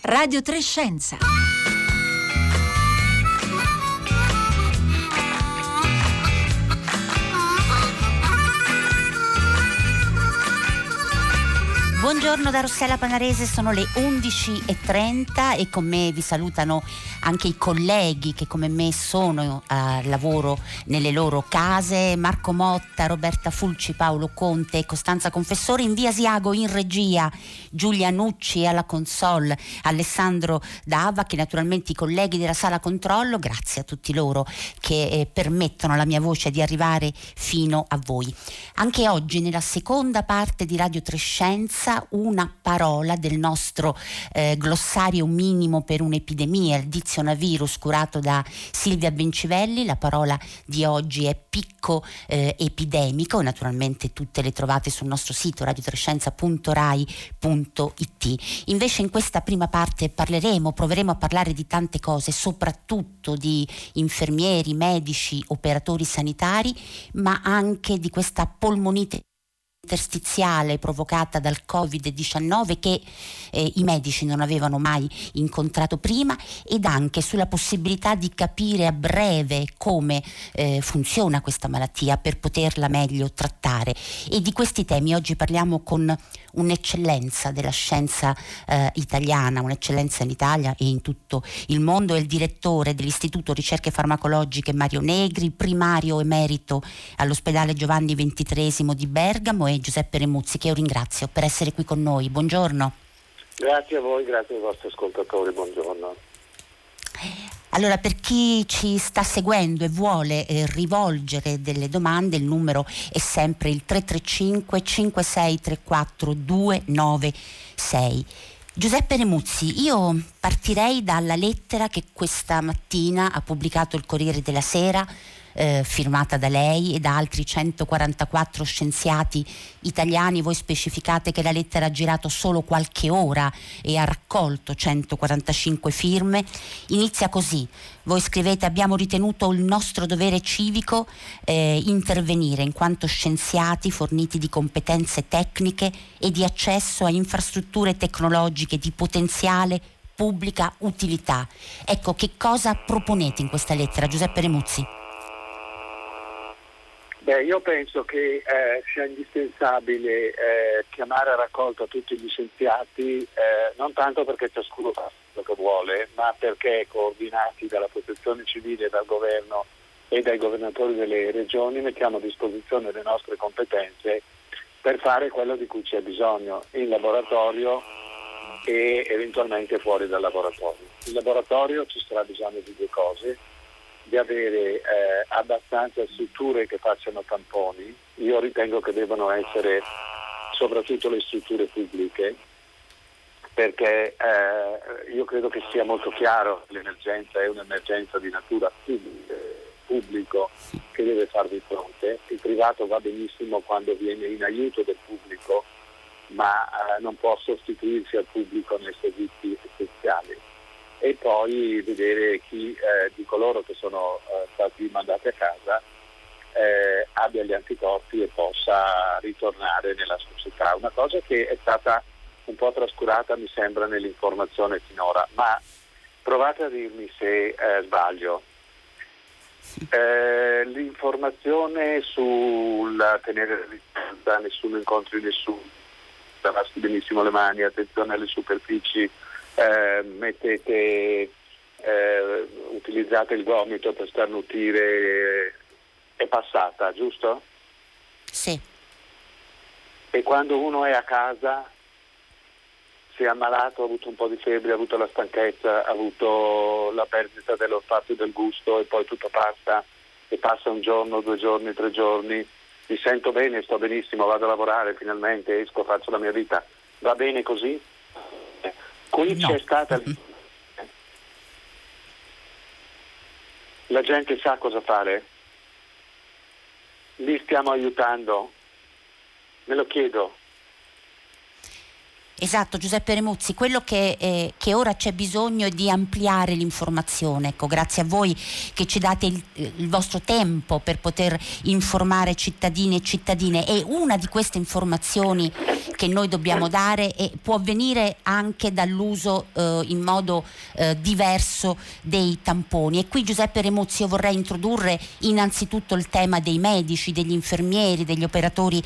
Radio 3 Scienza. Buongiorno da Rossella Panarese, sono le 11:30 e con me vi salutano anche i colleghi che come me sono a lavoro nelle loro case: Marco Motta, Roberta Fulci, Paolo Conte, Costanza Confessore in via Asiago in regia, Giulia Nucci alla console, Alessandro D'Ava, che naturalmente i colleghi della sala controllo. Grazie a tutti loro che permettono alla mia voce di arrivare fino a voi. Anche oggi nella seconda parte di Radio 3 Scienza una parola del nostro glossario minimo per un'epidemia, il Dizionavirus, curato da Silvia Bencivelli. La parola di oggi è picco epidemico. Naturalmente tutte le trovate sul nostro sito radiotrescienza.rai.it. Invece in questa prima parte proveremo a parlare di tante cose, soprattutto di infermieri, medici, operatori sanitari, ma anche di questa polmonite interstiziale provocata dal Covid-19 che i medici non avevano mai incontrato prima, ed anche sulla possibilità di capire a breve come funziona questa malattia per poterla meglio trattare. E di questi temi oggi parliamo con un'eccellenza della scienza italiana, un'eccellenza in Italia e in tutto il mondo. È il direttore dell'Istituto Ricerche Farmacologiche Mario Negri, primario emerito all'ospedale Giovanni XXIII di Bergamo, e Giuseppe Remuzzi, che io ringrazio per essere qui con noi. Buongiorno. Grazie a voi, grazie ai vostri ascoltatori, buongiorno. Allora, per chi ci sta seguendo e vuole rivolgere delle domande, il numero è sempre il 335 5634 296. Giuseppe Remuzzi, io partirei dalla lettera che questa mattina ha pubblicato il Corriere della Sera, firmata da lei e da altri 144 scienziati italiani. Voi specificate che la lettera ha girato solo qualche ora e ha raccolto 145 firme. Inizia così. Voi scrivete: abbiamo ritenuto il nostro dovere civico intervenire in quanto scienziati forniti di competenze tecniche e di accesso a infrastrutture tecnologiche di potenziale pubblica utilità. Ecco, che cosa proponete in questa lettera, Giuseppe Remuzzi? Io penso che sia indispensabile chiamare a raccolta tutti gli scienziati, non tanto perché ciascuno fa quello che vuole, ma perché coordinati dalla protezione civile, dal governo e dai governatori delle regioni mettiamo a disposizione le nostre competenze per fare quello di cui c'è bisogno in laboratorio e eventualmente fuori dal laboratorio. In laboratorio ci sarà bisogno di due cose: di avere abbastanza strutture che facciano tamponi. Io ritengo che devono essere soprattutto le strutture pubbliche, perché io credo che sia molto chiaro che l'emergenza è un'emergenza di natura pubblico che deve farvi fronte. Il privato va benissimo quando viene in aiuto del pubblico, ma non può sostituirsi al pubblico nei servizi essenziali. E poi vedere chi di coloro che sono stati mandati a casa abbia gli anticorpi e possa ritornare nella società. Una cosa che è stata un po' trascurata, mi sembra, nell'informazione finora, ma provate a dirmi se sbaglio. L'informazione sul tenere la distanza, nessuno incontri nessuno, lavarsi benissimo le mani, attenzione alle superfici, utilizzate il gomito per starnutire, è passata, giusto? Sì. E quando uno è a casa, si è ammalato, ha avuto un po' di febbre, ha avuto la stanchezza, ha avuto la perdita dell'olfatto e del gusto, e poi tutto passa, e passa un giorno, 2 giorni, 3 giorni, mi sento bene, sto benissimo, vado a lavorare, finalmente esco, faccio la mia vita, va bene così? Qui no. C'è stata la gente sa cosa fare? Li stiamo aiutando? Me lo chiedo. Esatto, Giuseppe Remuzzi, quello che ora c'è bisogno è di ampliare l'informazione. Ecco, grazie a voi che ci date il vostro tempo per poter informare cittadini e cittadine, e una di queste informazioni che noi dobbiamo dare può venire anche dall'uso in modo diverso dei tamponi. E qui, Giuseppe Remuzzi, io vorrei introdurre innanzitutto il tema dei medici, degli infermieri, degli operatori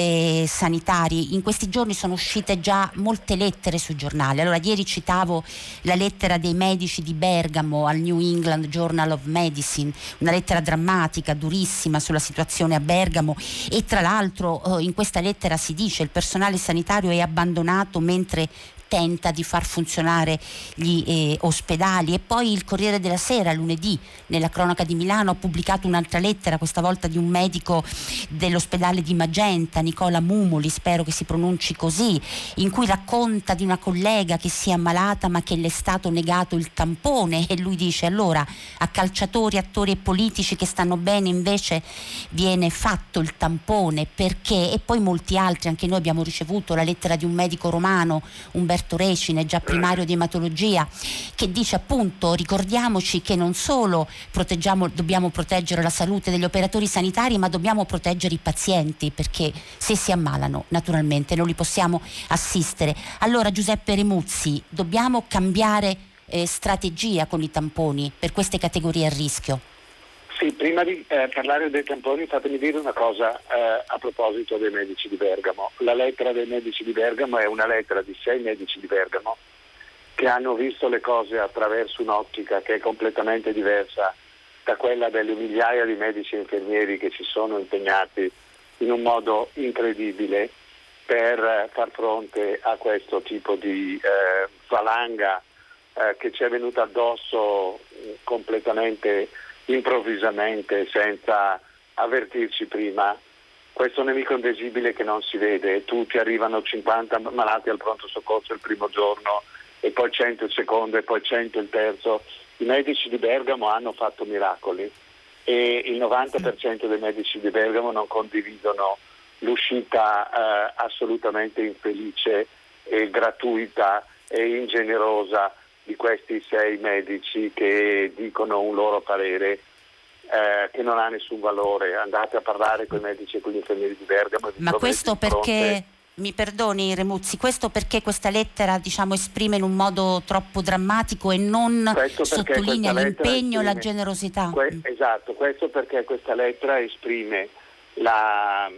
sanitari. In questi giorni sono uscite già molte lettere sui giornali. Allora, ieri citavo la lettera dei medici di Bergamo al New England Journal of Medicine, una lettera drammatica, durissima sulla situazione a Bergamo, e tra l'altro in questa lettera si dice: il personale sanitario è abbandonato mentre tenta di far funzionare gli ospedali. E poi il Corriere della Sera lunedì, nella cronaca di Milano, ha pubblicato un'altra lettera, questa volta di un medico dell'ospedale di Magenta, Nicola Mumoli, spero che si pronunci così, in cui racconta di una collega che si è ammalata ma che le è stato negato il tampone, e lui dice: allora a calciatori, attori e politici che stanno bene invece viene fatto il tampone, perché? E poi molti altri, anche noi abbiamo ricevuto la lettera di un medico romano, Umberto Recine, già primario di ematologia, che dice appunto: ricordiamoci che non solo dobbiamo proteggere la salute degli operatori sanitari, ma dobbiamo proteggere i pazienti, perché se si ammalano naturalmente non li possiamo assistere. Allora, Giuseppe Remuzzi, dobbiamo cambiare strategia con i tamponi per queste categorie a rischio? Sì, prima di parlare dei tamponi fatemi dire una cosa a proposito dei medici di Bergamo. La lettera dei medici di Bergamo è una lettera di 6 medici di Bergamo che hanno visto le cose attraverso un'ottica che è completamente diversa da quella delle migliaia di medici e infermieri che si sono impegnati in un modo incredibile per far fronte a questo tipo di valanga che ci è venuta addosso completamente improvvisamente, senza avvertirci prima. Questo nemico invisibile che non si vede. Tutti arrivano 50 malati al pronto soccorso il primo giorno, e poi 100 il secondo, e poi 100 il terzo. I medici di Bergamo hanno fatto miracoli, e il 90% dei medici di Bergamo non condividono l'uscita assolutamente infelice e gratuita e ingenerosa di questi 6 medici che dicono un loro parere che non ha nessun valore. Andate a parlare con i medici e con gli infermieri di Bergamo. Ma questo perché, mi perdoni Remuzzi, questo perché questa lettera esprime in un modo troppo drammatico e non sottolinea l'impegno e la generosità? Esatto, questo perché questa lettera esprime la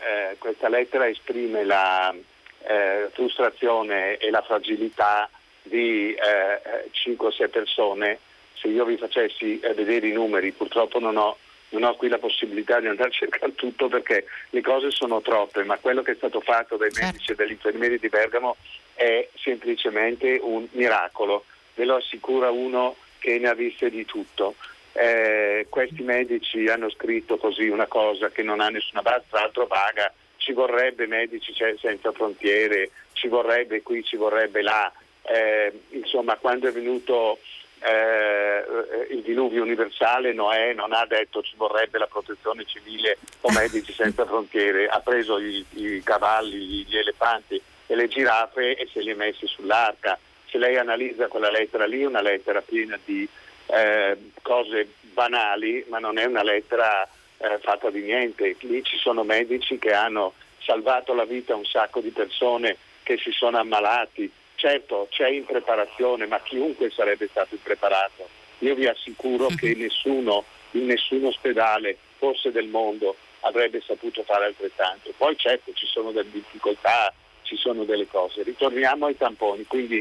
frustrazione e la fragilità di 5 o 6 persone. Se io vi facessi vedere i numeri, purtroppo non ho qui la possibilità di andare a cercare tutto perché le cose sono troppe, ma quello che è stato fatto dai medici e dagli infermieri di Bergamo è semplicemente un miracolo, ve lo assicura uno che ne ha viste di tutto. Questi medici hanno scritto così una cosa che non ha nessuna base, tra l'altro vaga: ci vorrebbe Medici Senza Frontiere, ci vorrebbe qui, ci vorrebbe là. Insomma, quando è venuto il diluvio universale, Noè non ha detto ci vorrebbe la protezione civile o Medici Senza Frontiere, ha preso i cavalli, gli elefanti e le giraffe e se li ha messi sull'arca. Se lei analizza quella lettera lì, è una lettera piena di cose banali, ma non è una lettera fatta di niente. Lì ci sono medici che hanno salvato la vita a un sacco di persone che si sono ammalati. Certo, c'è impreparazione, ma chiunque sarebbe stato impreparato. Io vi assicuro che nessuno, in nessun ospedale, forse del mondo, avrebbe saputo fare altrettanto. Poi certo ci sono delle difficoltà, ci sono delle cose. Ritorniamo ai tamponi, quindi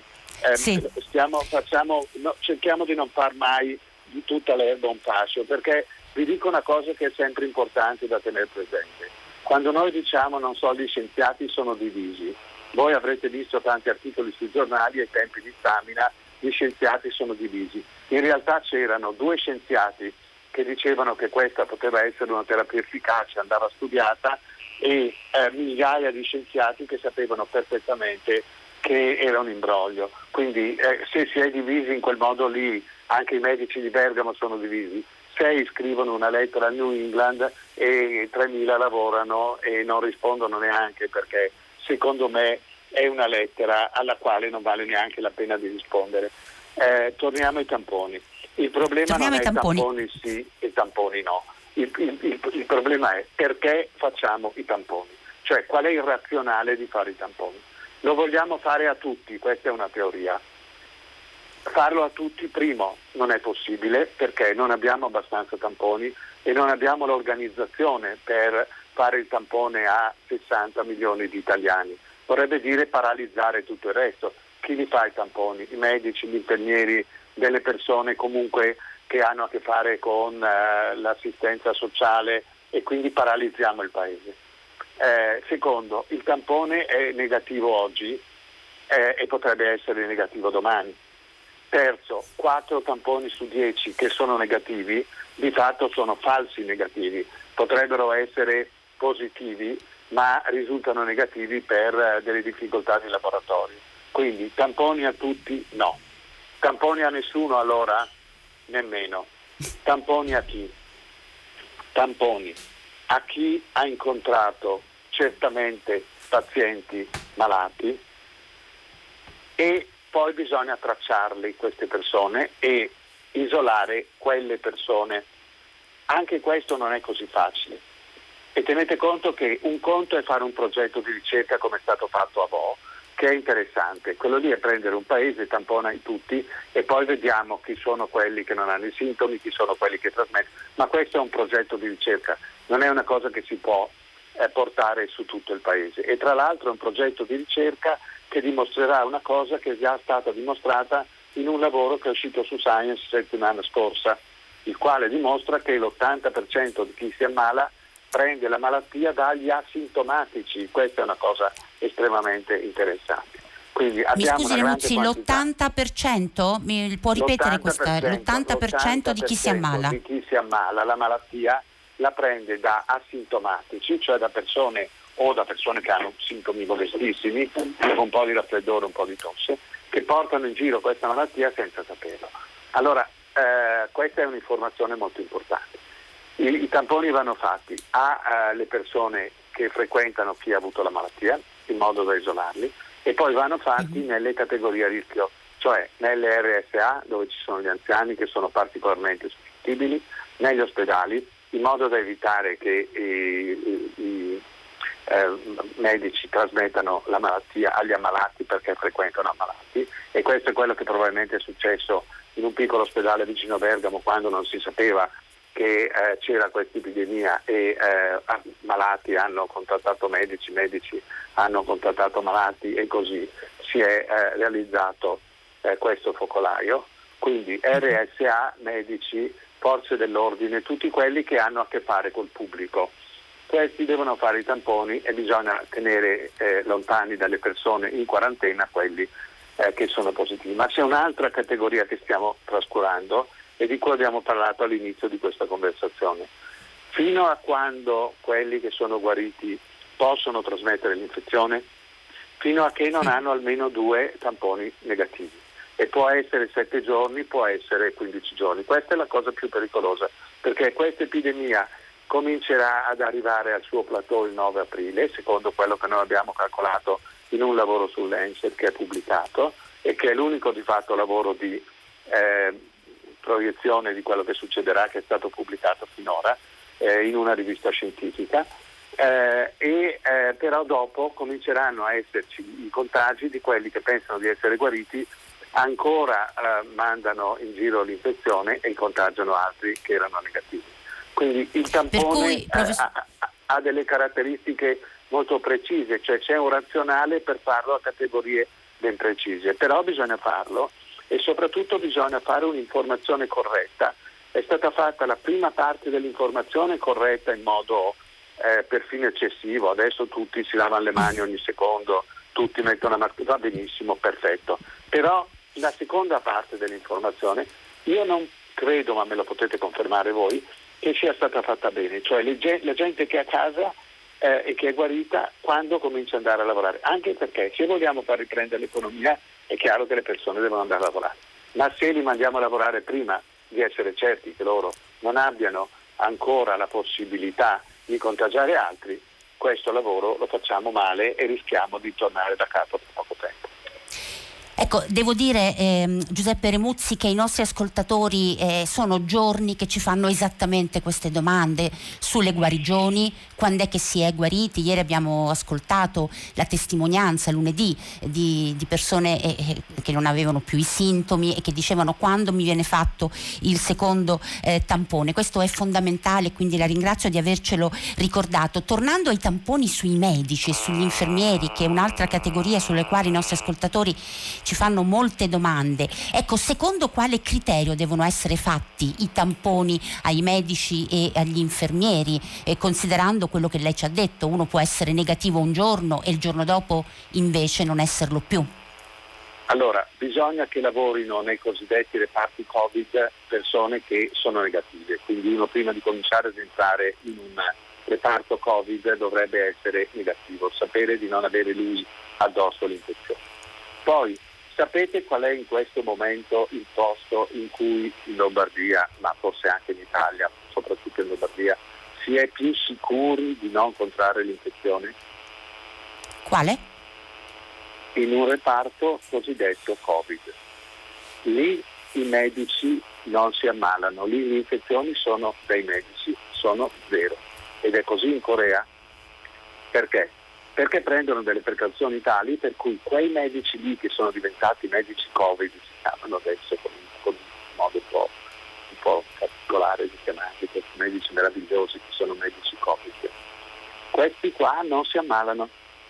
cerchiamo di non far mai di tutta l'erba un fascio, perché vi dico una cosa che è sempre importante da tenere presente. Quando noi diciamo, gli scienziati sono divisi, voi avrete visto tanti articoli sui giornali ai tempi di Stamina, gli scienziati sono divisi. In realtà c'erano 2 scienziati che dicevano che questa poteva essere una terapia efficace, andava studiata, e migliaia di scienziati che sapevano perfettamente che era un imbroglio. Quindi se si è divisi in quel modo lì, anche i medici di Bergamo sono divisi. 6 scrivono una lettera al New England e 3.000 lavorano e non rispondono neanche, perché secondo me è una lettera alla quale non vale neanche la pena di rispondere. Torniamo ai tamponi. Il problema non è tamponi sì e tamponi no. Il problema è perché facciamo i tamponi, cioè qual è il razionale di fare i tamponi. Lo vogliamo fare a tutti, questa è una teoria. Farlo a tutti, primo, non è possibile perché non abbiamo abbastanza tamponi e non abbiamo l'organizzazione per fare il tampone a 60 milioni di italiani. Vorrebbe dire paralizzare tutto il resto. Chi li fa i tamponi? I medici, gli infermieri, delle persone comunque che hanno a che fare con l'assistenza sociale, e quindi paralizziamo il paese. Secondo, il tampone è negativo oggi e potrebbe essere negativo domani. Terzo, 4 tamponi su 10 che sono negativi di fatto sono falsi negativi, potrebbero essere positivi ma risultano negativi per delle difficoltà di laboratorio. Quindi tamponi a tutti no. Tamponi a nessuno allora? Nemmeno. Tamponi a chi? Tamponi a chi ha incontrato certamente pazienti malati, e poi bisogna tracciarli queste persone e isolare quelle persone. Anche questo non è così facile. E tenete conto che un conto è fare un progetto di ricerca come è stato fatto a Vo', che è interessante. Quello lì è prendere un paese, tampona in tutti e poi vediamo chi sono quelli che non hanno i sintomi, chi sono quelli che trasmettono. Ma questo è un progetto di ricerca, non è una cosa che si può portare su tutto il paese. E tra l'altro è un progetto di ricerca che dimostrerà una cosa che è già stata dimostrata in un lavoro che è uscito su Science settimana scorsa, il quale dimostra che l'80% di chi si ammala prende la malattia dagli asintomatici. Questa è una cosa estremamente interessante. Quindi abbiamo mi scusi Renuzzi, l'80%? Mi può ripetere questa? L'80% di chi si ammala? Di chi si ammala la malattia la prende da asintomatici, cioè da persone che hanno sintomi modestissimi, un po' di raffreddore, un po' di tosse, che portano in giro questa malattia senza saperlo. Allora, questa è un'informazione molto importante. I tamponi vanno fatti alle persone che frequentano chi ha avuto la malattia, in modo da isolarli, e poi vanno fatti nelle categorie a rischio, cioè nelle RSA, dove ci sono gli anziani che sono particolarmente suscettibili, negli ospedali, in modo da evitare che i medici trasmettano la malattia agli ammalati perché frequentano ammalati, e questo è quello che probabilmente è successo in un piccolo ospedale vicino a Bergamo quando non si sapeva che c'era questa epidemia e malati hanno contattato medici hanno contattato malati, e così si è realizzato questo focolaio. Quindi RSA, medici, forze dell'ordine, tutti quelli che hanno a che fare col pubblico. Questi devono fare i tamponi e bisogna tenere lontani dalle persone in quarantena quelli che sono positivi. Ma c'è un'altra categoria che stiamo trascurando e di cui abbiamo parlato all'inizio di questa conversazione. Fino a quando quelli che sono guariti possono trasmettere l'infezione? Fino a che non hanno almeno 2 tamponi negativi. E può essere 7 giorni, può essere 15 giorni. Questa è la cosa più pericolosa, perché questa epidemia comincerà ad arrivare al suo plateau il 9 aprile, secondo quello che noi abbiamo calcolato in un lavoro sull'Lancet che è pubblicato e che è l'unico di fatto lavoro di proiezione di quello che succederà, che è stato pubblicato finora in una rivista scientifica, però dopo cominceranno a esserci i contagi di quelli che pensano di essere guariti, ancora mandano in giro l'infezione e contagiano altri che erano negativi. Quindi il tampone ha delle caratteristiche molto precise, cioè c'è un razionale per farlo a categorie ben precise, però bisogna farlo e soprattutto bisogna fare un'informazione corretta. È stata fatta la prima parte dell'informazione corretta in modo perfino eccessivo, adesso tutti si lavano le mani ogni secondo, tutti mettono la mascherina, va benissimo, perfetto, però la seconda parte dell'informazione io non credo, ma me lo potete confermare voi, che sia stata fatta bene, cioè la gente che è a casa e che è guarita quando comincia ad andare a lavorare, anche perché se vogliamo far riprendere l'economia è chiaro che le persone devono andare a lavorare, ma se li mandiamo a lavorare prima di essere certi che loro non abbiano ancora la possibilità di contagiare altri, questo lavoro lo facciamo male e rischiamo di tornare da capo per poco tempo. Ecco, devo dire, Giuseppe Remuzzi, che i nostri ascoltatori sono giorni che ci fanno esattamente queste domande sulle guarigioni, quando è che si è guariti. Ieri abbiamo ascoltato la testimonianza lunedì di persone che non avevano più i sintomi e che dicevano: quando mi viene fatto il secondo tampone. Questo è fondamentale, quindi la ringrazio di avercelo ricordato. Tornando ai tamponi sui medici e sugli infermieri, che è un'altra categoria sulle quali i nostri ascoltatori ci fanno molte domande. Ecco, secondo quale criterio devono essere fatti i tamponi ai medici e agli infermieri, considerando quello che lei ci ha detto? Uno può essere negativo un giorno e il giorno dopo invece non esserlo più. Allora, bisogna che lavorino nei cosiddetti reparti Covid persone che sono negative, quindi uno prima di cominciare ad entrare in un reparto Covid dovrebbe essere negativo, sapere di non avere lui addosso l'infezione. Poi, sapete qual è in questo momento il posto in cui in Lombardia, ma forse anche in Italia, soprattutto in Lombardia, si è più sicuri di non contrarre l'infezione? Quale? In un reparto cosiddetto Covid. Lì i medici non si ammalano, lì le infezioni sono dei medici, sono zero. Ed è così in Corea. Perché? Perché prendono delle precauzioni tali per cui quei medici lì che sono diventati medici Covid, si chiamano adesso con un modo un po' particolare di chiamarli, questi medici meravigliosi che sono medici Covid, questi qua non si ammalano.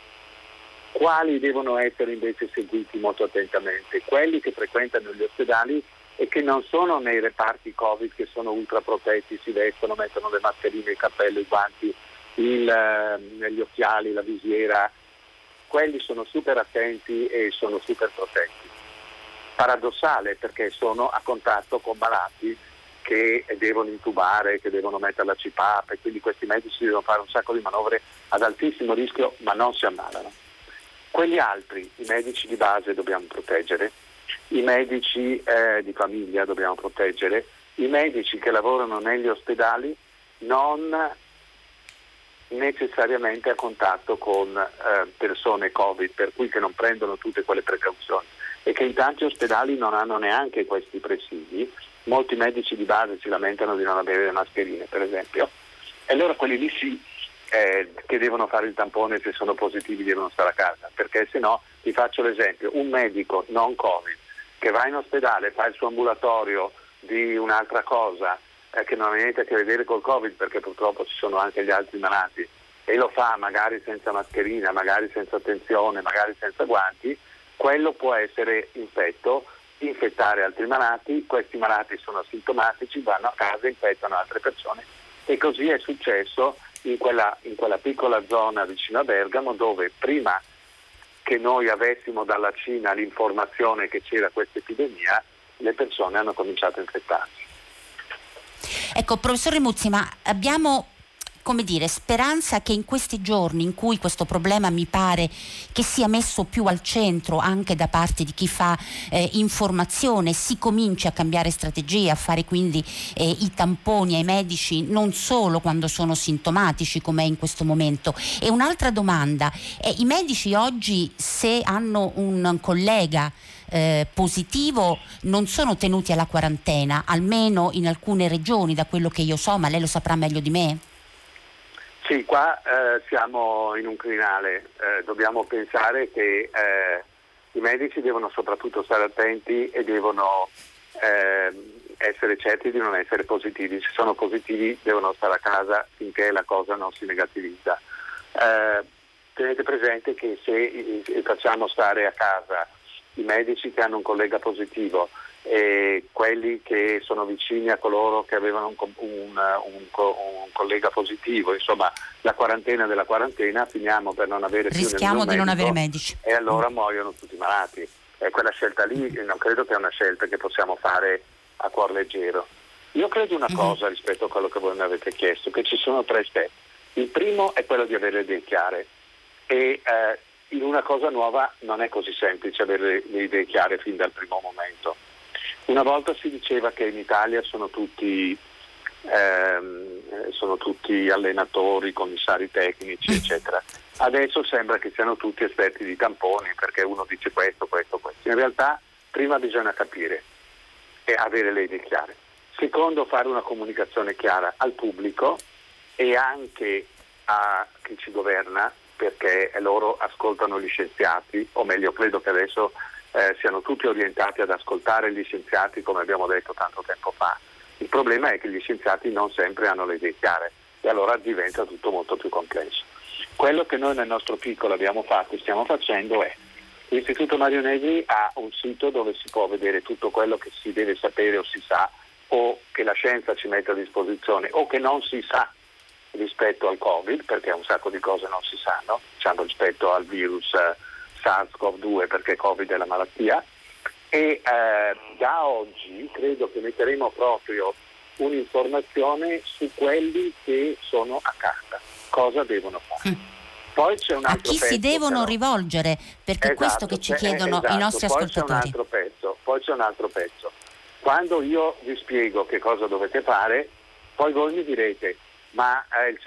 Quali devono essere invece seguiti molto attentamente? Quelli che frequentano gli ospedali e che non sono nei reparti Covid, che sono ultra protetti, si vestono, mettono le mascherine, il cappello, i guanti, gli occhiali, la visiera. Quelli sono super attenti e sono super protetti. Paradossale, perché sono a contatto con malati che devono intubare, che devono mettere la CPAP, e quindi questi medici devono fare un sacco di manovre ad altissimo rischio, ma non si ammalano. Quegli altri, i medici di base dobbiamo proteggere, i medici di famiglia dobbiamo proteggere, i medici che lavorano negli ospedali non necessariamente a contatto con persone Covid, per cui che non prendono tutte quelle precauzioni e che in tanti ospedali non hanno neanche questi presidi. Molti medici di base si lamentano di non avere le mascherine, per esempio, e allora quelli lì sì che devono fare il tampone, se sono positivi devono stare a casa, perché se no, vi faccio l'esempio, un medico non Covid che va in ospedale, fa il suo ambulatorio di un'altra cosa che non ha niente a che vedere col Covid, perché purtroppo ci sono anche gli altri malati, e lo fa magari senza mascherina, magari senza attenzione, magari senza guanti, quello può essere infetto, infettare altri malati, questi malati sono asintomatici, vanno a casa, infettano altre persone, e così è successo in quella piccola zona vicino a Bergamo, dove prima che noi avessimo dalla Cina l'informazione che c'era questa epidemia, le persone hanno cominciato a infettarsi. Ecco, professor Remuzzi, ma abbiamo, come dire, speranza che in questi giorni in cui questo problema mi pare che sia messo più al centro anche da parte di chi fa informazione, si cominci a cambiare strategia, a fare quindi i tamponi ai medici non solo quando sono sintomatici come è in questo momento. E un'altra domanda, i medici oggi, se hanno un collega positivo, non sono tenuti alla quarantena, almeno in alcune regioni, da quello che io so, ma lei lo saprà meglio di me? Sì, qua siamo in un crinale, dobbiamo pensare che i medici devono soprattutto stare attenti e devono essere certi di non essere positivi. Se sono positivi devono stare a casa finché la cosa non si negativizza. Tenete presente che se facciamo stare a casa i medici che hanno un collega positivo e quelli che sono vicini a coloro che avevano un collega positivo, insomma la quarantena della quarantena, finiamo per non avere rischiamo più di non avere medici e allora muoiono tutti i malati. E quella scelta lì non credo che è una scelta che possiamo fare a cuor leggero. Io credo una cosa rispetto a quello che voi mi avete chiesto, che ci sono 3 step. Il primo è quello di avere le idee chiare e in una cosa nuova non è così semplice avere le idee chiare fin dal primo momento. Una volta si diceva che in Italia sono tutti sono tutti allenatori, commissari tecnici, eccetera. Adesso sembra che siano tutti esperti di tamponi, perché uno dice questo. In realtà prima bisogna capire e avere le idee chiare. Secondo, fare una comunicazione chiara al pubblico e anche a chi ci governa, perché loro ascoltano gli scienziati, o meglio credo che adesso siano tutti orientati ad ascoltare gli scienziati, come abbiamo detto tanto tempo fa. Il problema è che gli scienziati non sempre hanno le idee chiare e allora diventa tutto molto più complesso. Quello che noi nel nostro piccolo abbiamo fatto e stiamo facendo è: l'Istituto Mario Negri ha un sito dove si può vedere tutto quello che si deve sapere o si sa, o che la scienza ci mette a disposizione, o che non si sa rispetto al Covid, perché un sacco di cose non si sanno, diciamo, rispetto al virus SARS-CoV-2, perché Covid è la malattia. E da oggi credo che metteremo proprio un'informazione su quelli che sono a casa, cosa devono fare. Poi c'è un altro a chi si devono rivolgere, perché questo che ci chiedono i nostri ascoltatori. Poi c'è un altro pezzo. Quando io vi spiego che cosa dovete fare, poi voi mi direte: ma il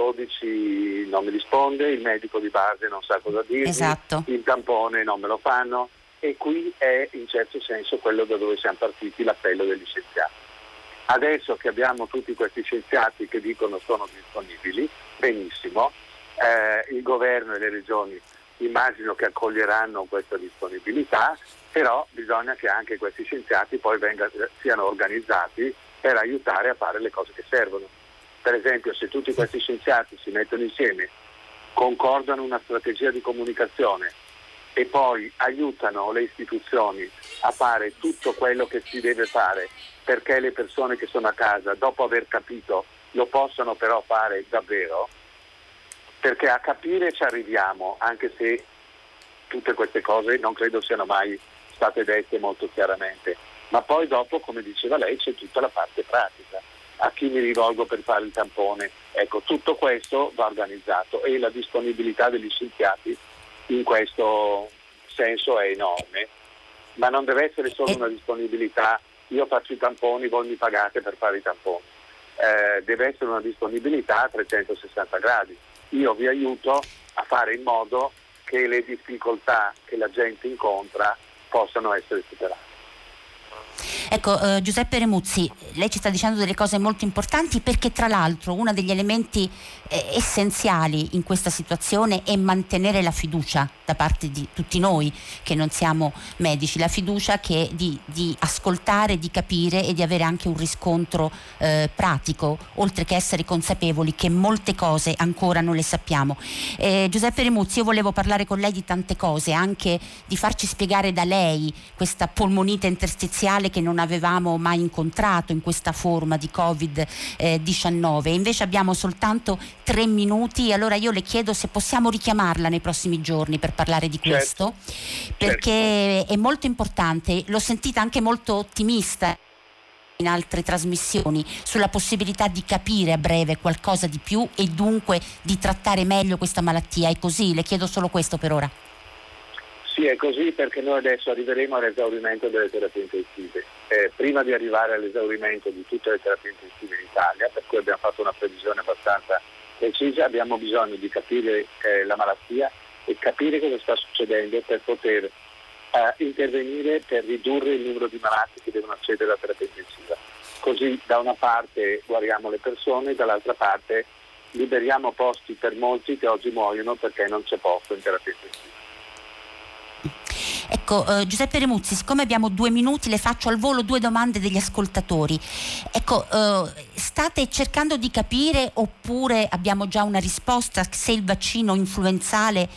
112 non mi risponde, il medico di base non sa cosa dirmi, esatto. Il tampone non me lo fanno. E qui è in certo senso quello da dove siamo partiti, l'appello degli scienziati. Adesso che abbiamo tutti questi scienziati che dicono sono disponibili, benissimo, il governo e le regioni immagino che accoglieranno questa disponibilità, però bisogna che anche questi scienziati poi siano organizzati per aiutare a fare le cose che servono. Per esempio, se tutti questi scienziati si mettono insieme, concordano una strategia di comunicazione e poi aiutano le istituzioni a fare tutto quello che si deve fare perché le persone che sono a casa, dopo aver capito, lo possano però fare davvero, perché a capire ci arriviamo, anche se tutte queste cose non credo siano mai state dette molto chiaramente, ma poi dopo, come diceva lei, c'è tutta la parte pratica. A chi mi rivolgo per fare il tampone? Ecco, tutto questo va organizzato e la disponibilità degli scienziati in questo senso è enorme, ma non deve essere solo una disponibilità: io faccio i tamponi, voi mi pagate per fare i tamponi. Deve essere una disponibilità a 360 gradi. Io vi aiuto a fare in modo che le difficoltà che la gente incontra possano essere superate. Ecco, Giuseppe Remuzzi, lei ci sta dicendo delle cose molto importanti, perché tra l'altro uno degli elementi essenziali in questa situazione è mantenere la fiducia da parte di tutti noi che non siamo medici, la fiducia che di ascoltare, di capire e di avere anche un riscontro pratico, oltre che essere consapevoli che molte cose ancora non le sappiamo. Giuseppe Remuzzi, io volevo parlare con lei di tante cose, anche di farci spiegare da lei questa polmonite interstiziale che non avevamo mai incontrato in questa forma di Covid-19. Invece abbiamo soltanto 3 minuti, allora io le chiedo se possiamo richiamarla nei prossimi giorni per parlare di questo, perché è molto importante. L'ho sentita anche molto ottimista in altre trasmissioni sulla possibilità di capire a breve qualcosa di più e dunque di trattare meglio questa malattia. È così? Le chiedo solo questo per ora. Sì, è così, perché noi adesso arriveremo all'esaurimento delle terapie intensive. Prima di arrivare all'esaurimento di tutte le terapie intensive in Italia, per cui abbiamo fatto una previsione abbastanza precisa, abbiamo bisogno di capire la malattia e capire cosa sta succedendo per poter intervenire per ridurre il numero di malati che devono accedere alla terapia intensiva. Così da una parte guariamo le persone, dall'altra parte liberiamo posti per molti che oggi muoiono perché non c'è posto in terapia intensiva. Ecco, Giuseppe Remuzzi, siccome abbiamo 2 minuti, le faccio al volo 2 domande degli ascoltatori. Ecco, state cercando di capire, oppure abbiamo già una risposta, se il vaccino influenzale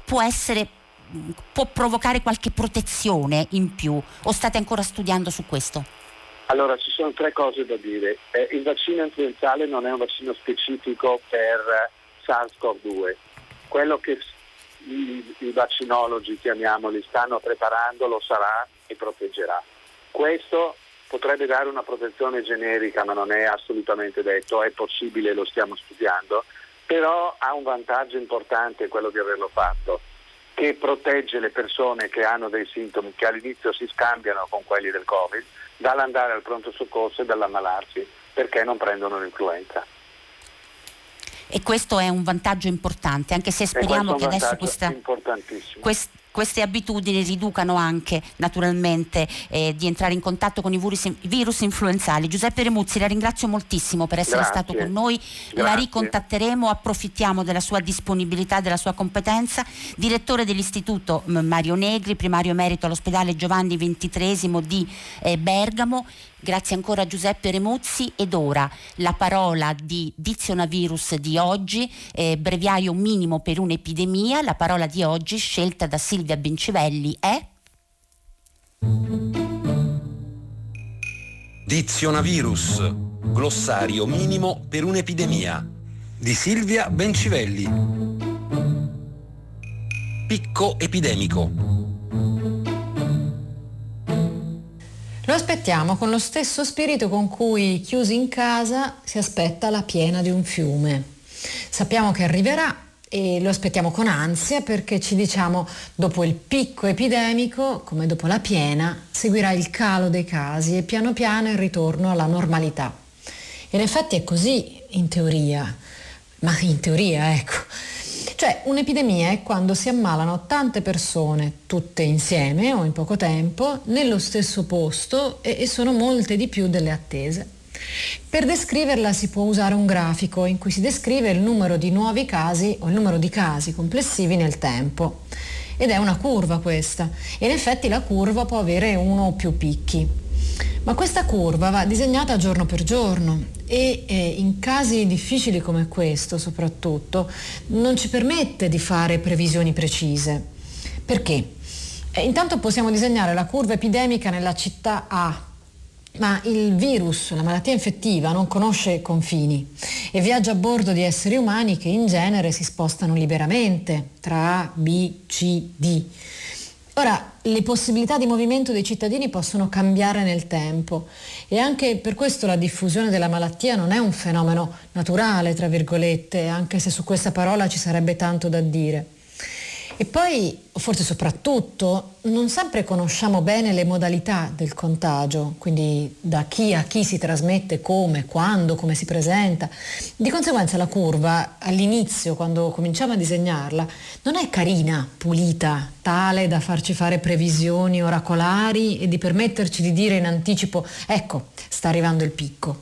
può provocare qualche protezione in più, o state ancora studiando su questo? Allora, ci sono 3 cose da dire. Il vaccino influenzale non è un vaccino specifico per SARS-CoV-2. Quello che i vaccinologi, chiamiamoli, stanno preparando lo sarà e proteggerà. Questo potrebbe dare una protezione generica, ma non è assolutamente detto, è possibile, lo stiamo studiando, però ha un vantaggio importante quello di averlo fatto, che protegge le persone che hanno dei sintomi che all'inizio si scambiano con quelli del Covid, dall'andare al pronto soccorso e dall'ammalarsi, perché non prendono l'influenza. E questo è un vantaggio importante, anche se speriamo che adesso queste abitudini riducano anche naturalmente di entrare in contatto con i virus influenzali. Giuseppe Remuzzi, la ringrazio moltissimo per essere stato con noi. La ricontatteremo, approfittiamo della sua disponibilità, della sua competenza. Direttore dell'Istituto Mario Negri, primario emerito all'ospedale Giovanni XXIII di Bergamo. Grazie ancora Giuseppe Remuzzi. Ed ora la parola di Dizionavirus di oggi, breviario minimo per un'epidemia. La parola di oggi scelta da Silvia Bencivelli è Dizionavirus, glossario minimo per un'epidemia, di Silvia Bencivelli. Picco epidemico. Lo aspettiamo con lo stesso spirito con cui, chiusi in casa, si aspetta la piena di un fiume. Sappiamo che arriverà e lo aspettiamo con ansia perché ci diciamo, dopo il picco epidemico, come dopo la piena, seguirà il calo dei casi e piano piano il ritorno alla normalità. In effetti è così, in teoria, ecco. Cioè, un'epidemia è quando si ammalano tante persone, tutte insieme o in poco tempo, nello stesso posto e sono molte di più delle attese. Per descriverla si può usare un grafico in cui si descrive il numero di nuovi casi o il numero di casi complessivi nel tempo. Ed è una curva questa, e in effetti la curva può avere uno o più picchi. Ma questa curva va disegnata giorno per giorno e in casi difficili come questo soprattutto non ci permette di fare previsioni precise. Perché? Intanto possiamo disegnare la curva epidemica nella città A, ma il virus, la malattia infettiva, non conosce confini e viaggia a bordo di esseri umani che in genere si spostano liberamente tra A, B, C, D. Ora, le possibilità di movimento dei cittadini possono cambiare nel tempo e anche per questo la diffusione della malattia non è un fenomeno naturale, tra virgolette, anche se su questa parola ci sarebbe tanto da dire. E poi, forse soprattutto, non sempre conosciamo bene le modalità del contagio, quindi da chi a chi si trasmette, come, quando, come si presenta. Di conseguenza la curva, all'inizio, quando cominciamo a disegnarla, non è carina, pulita, tale da farci fare previsioni oracolari e di permetterci di dire in anticipo, ecco, sta arrivando il picco.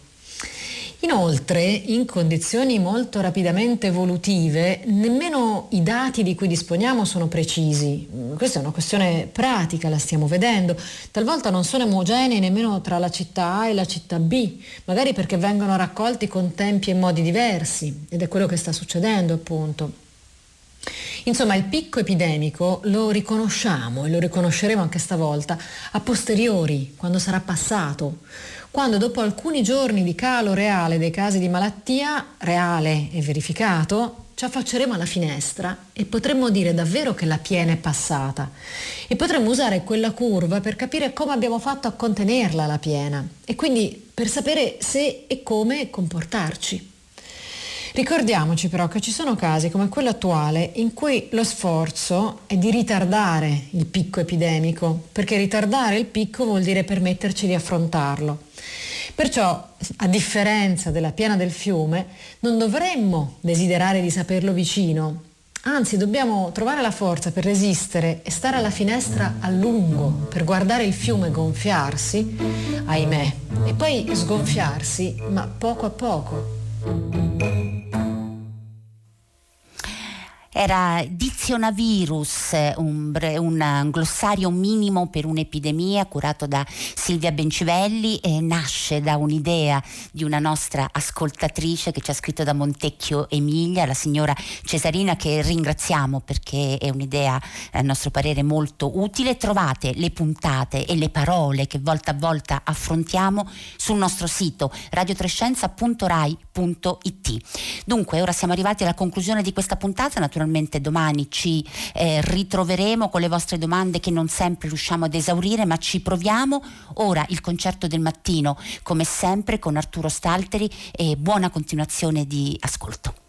Inoltre, in condizioni molto rapidamente evolutive, nemmeno i dati di cui disponiamo sono precisi. Questa è una questione pratica, la stiamo vedendo. Talvolta non sono omogenei nemmeno tra la città A e la città B, magari perché vengono raccolti con tempi e modi diversi, ed è quello che sta succedendo appunto. Insomma, il picco epidemico lo riconosciamo e lo riconosceremo anche stavolta a posteriori, quando sarà passato. Quando dopo alcuni giorni di calo reale dei casi di malattia, reale e verificato, ci affacceremo alla finestra e potremmo dire davvero che la piena è passata. E potremmo usare quella curva per capire come abbiamo fatto a contenerla la piena e quindi per sapere se e come comportarci. Ricordiamoci però che ci sono casi come quello attuale in cui lo sforzo è di ritardare il picco epidemico, perché ritardare il picco vuol dire permetterci di affrontarlo. Perciò, a differenza della piena del fiume, non dovremmo desiderare di saperlo vicino, anzi dobbiamo trovare la forza per resistere e stare alla finestra a lungo, per guardare il fiume gonfiarsi, ahimè, e poi sgonfiarsi, ma poco a poco. Era Dizionavirus, un glossario minimo per un'epidemia curato da Silvia Bencivelli, nasce da un'idea di una nostra ascoltatrice che ci ha scritto da Montecchio Emilia, la signora Cesarina, che ringraziamo perché è un'idea a nostro parere molto utile. Trovate le puntate e le parole che volta a volta affrontiamo sul nostro sito radiotrescienza.rai.it. Dunque, ora siamo arrivati alla conclusione di questa puntata. Naturalmente domani ci ritroveremo con le vostre domande che non sempre riusciamo ad esaurire, ma ci proviamo. Ora il concerto del mattino come sempre con Arturo Stalteri e buona continuazione di ascolto.